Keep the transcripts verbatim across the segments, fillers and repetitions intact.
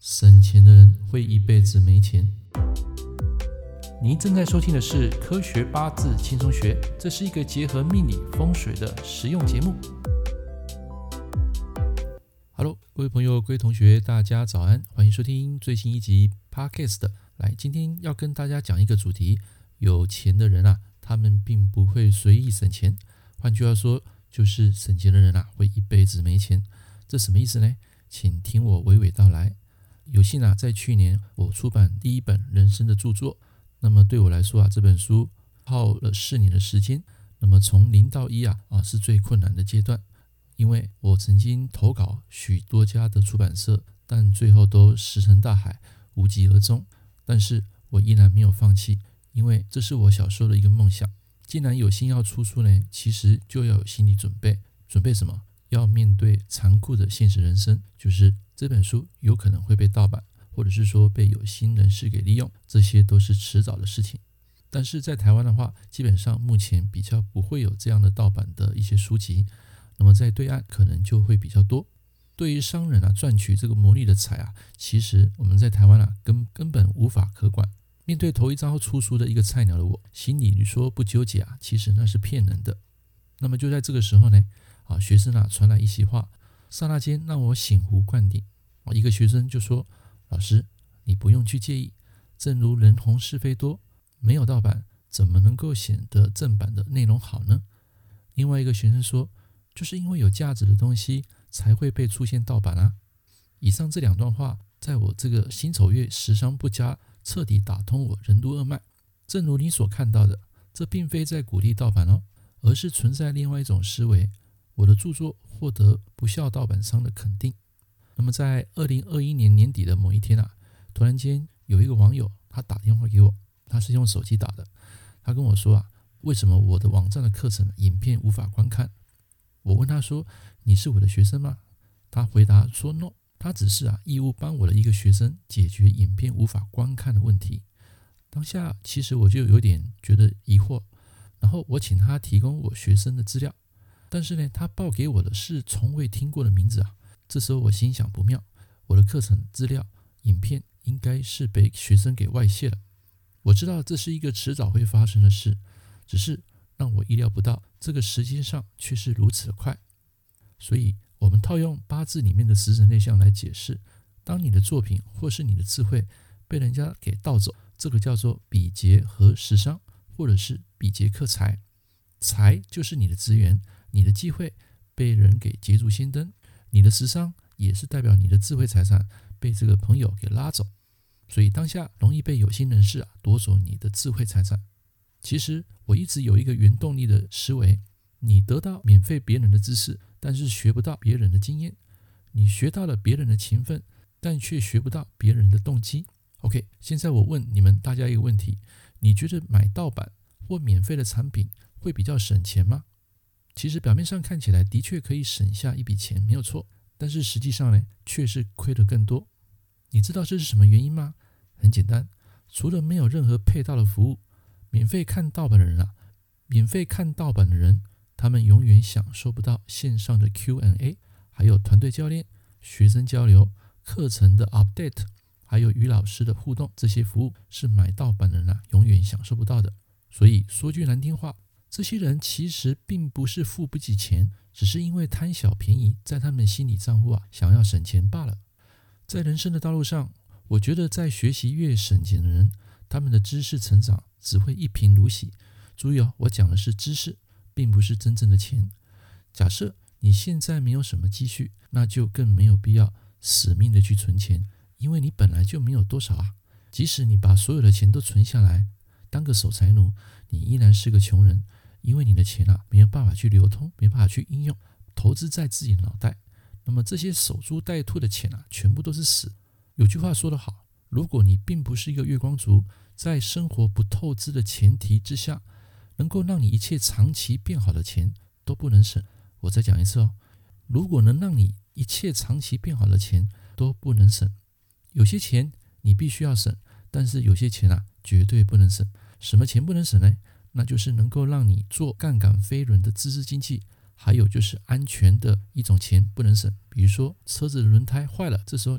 省钱的人会一辈子没钱。您正在收听的是科学八字轻松学，这是一个结合命理风水的实用节目。Hello， 各位朋友、各位同学，大家早安，欢迎收听最新一集 Podcast。来，今天要跟大家讲一个主题：有钱的人啊，他们并不会随意省钱。换句话说，就是省钱的人啊，会一辈子没钱。这什么意思呢？请听我娓娓道来。有幸啊，在去年我出版第一本人生的著作。那么对我来说啊，这本书耗了四年的时间。那么从零到一啊啊是最困难的阶段，因为我曾经投稿许多家的出版社，但最后都石沉大海，无疾而终。但是我依然没有放弃，因为这是我小时候的一个梦想。既然有心要出书呢，其实就要有心理准备。准备什么？要面对残酷的现实人生，就是这本书有可能会被盗版，或者是说被有心人士给利用，这些都是迟早的事情。但是在台湾的话，基本上目前比较不会有这样的盗版的一些书籍，那么在对岸可能就会比较多。对于商人啊赚取这个牟利的财啊，其实我们在台湾啊根根本无法可管。面对头一遭出书的一个菜鸟的我，心里你说不纠结啊，其实那是骗人的。那么就在这个时候呢，啊，学生啊传来一席话，刹那间让我醒悟灌顶。啊，一个学生就说：“老师，你不用去介意，正如人红是非多，没有盗版怎么能够显得正版的内容好呢？”另外一个学生说：“就是因为有价值的东西才会被出现盗版啊。”以上这两段话，在我这个辛丑月时商不佳，彻底打通我任督二脉。正如你所看到的，这并非在鼓励盗版哦，而是存在另外一种思维。我的著作获得不肖盗版商的肯定。那么在二零二一年年底的某一天啊，突然间有一个网友他打电话给我，他是用手机打的。他跟我说啊，为什么我的网站的课程影片无法观看？我问他说，你是我的学生吗？他回答说 no， 他只是啊义务帮我的一个学生解决影片无法观看的问题。当下其实我就有点觉得疑惑，然后我请他提供我学生的资料。但是呢，他报给我的是从未听过的名字啊！这时候我心想不妙，我的课程资料、影片应该是被学生给外泄了。我知道这是一个迟早会发生的事，只是让我意料不到，这个时间上却是如此的快。所以，我们套用八字里面的十神类象来解释，当你的作品或是你的智慧被人家给盗走，这个叫做比劫和食伤，或者是比劫克财。财就是你的资源，你的机会被人给捷足先登，你的食伤也是代表你的智慧财产被这个朋友给拉走，所以当下容易被有心人士啊夺走你的智慧财产。其实我一直有一个原动力的思维，你得到免费别人的知识，但是学不到别人的经验；你学到了别人的勤奋，但却学不到别人的动机。OK， 现在我问你们大家一个问题，你觉得买盗版或免费的产品会比较省钱吗？其实表面上看起来的确可以省下一笔钱，没有错，但是实际上呢，却是亏得更多。你知道这是什么原因吗？很简单，除了没有任何配套的服务，免费看盗版的人啊，免费看盗版的人，他们永远享受不到线上的 Q and A， 还有团队教练、学生交流、课程的 update， 还有与老师的互动，这些服务是买盗版的人啊永远享受不到的。所以说句难听话，这些人其实并不是付不起钱，只是因为贪小便宜，在他们心理账户啊想要省钱罢了。在人生的道路上，我觉得在学习越省钱的人，他们的知识成长只会一贫如洗。注意哦，我讲的是知识，并不是真正的钱。假设你现在没有什么积蓄，那就更没有必要死命的去存钱，因为你本来就没有多少啊。即使你把所有的钱都存下来，当个守财奴，你依然是个穷人。因为你的钱啊没有办法去流通，没办法去应用，投资在自己的脑袋，那么这些守株待兔的钱啊全部都是死。有句话说得好，如果你并不是一个月光族，在生活不透支的前提之下，能够让你一切长期变好的钱都不能省。我再讲一次哦，如果能让你一切长期变好的钱都不能省，有些钱你必须要省，但是有些钱啊绝对不能省。什么钱不能省呢？那就是能够让你做杠杆飞轮的自制经济，还有就是安全的一种钱不能省。比如说车子的轮胎坏了，这时候你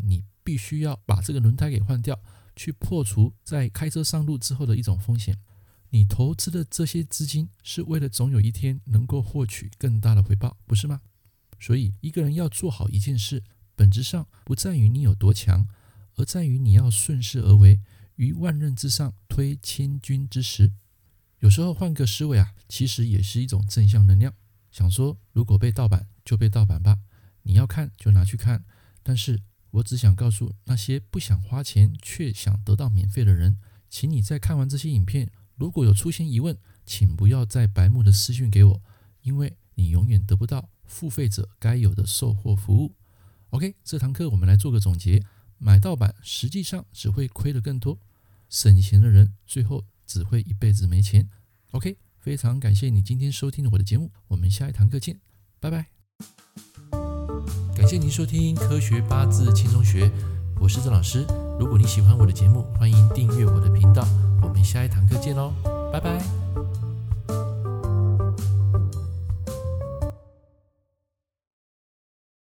必须要把这个轮胎给换掉，去破除在开车上路之后的一种风险。你投资的这些资金是为了总有一天能够获取更大的回报，不是吗？所以一个人要做好一件事，本质上不在于你有多强，而在于你要顺势而为，于万仞之上推千钧之石。有时候换个思维啊，其实也是一种正向能量。想说如果被盗版就被盗版吧，你要看就拿去看，但是我只想告诉那些不想花钱却想得到免费的人，请你在看完这些影片，如果有出现疑问，请不要再白目的私讯给我，因为你永远得不到付费者该有的售后服务。 OK， 这堂课我们来做个总结。买盗版实际上只会亏得更多，省钱的人最后只会一辈子没钱。 OK， 非常感谢你今天收听我的节目，我们下一堂课见，拜拜。感谢您收听科学八字轻松学，我是郑老师。如果你喜欢我的节目，欢迎订阅我的频道，我们下一堂课见咯，拜拜。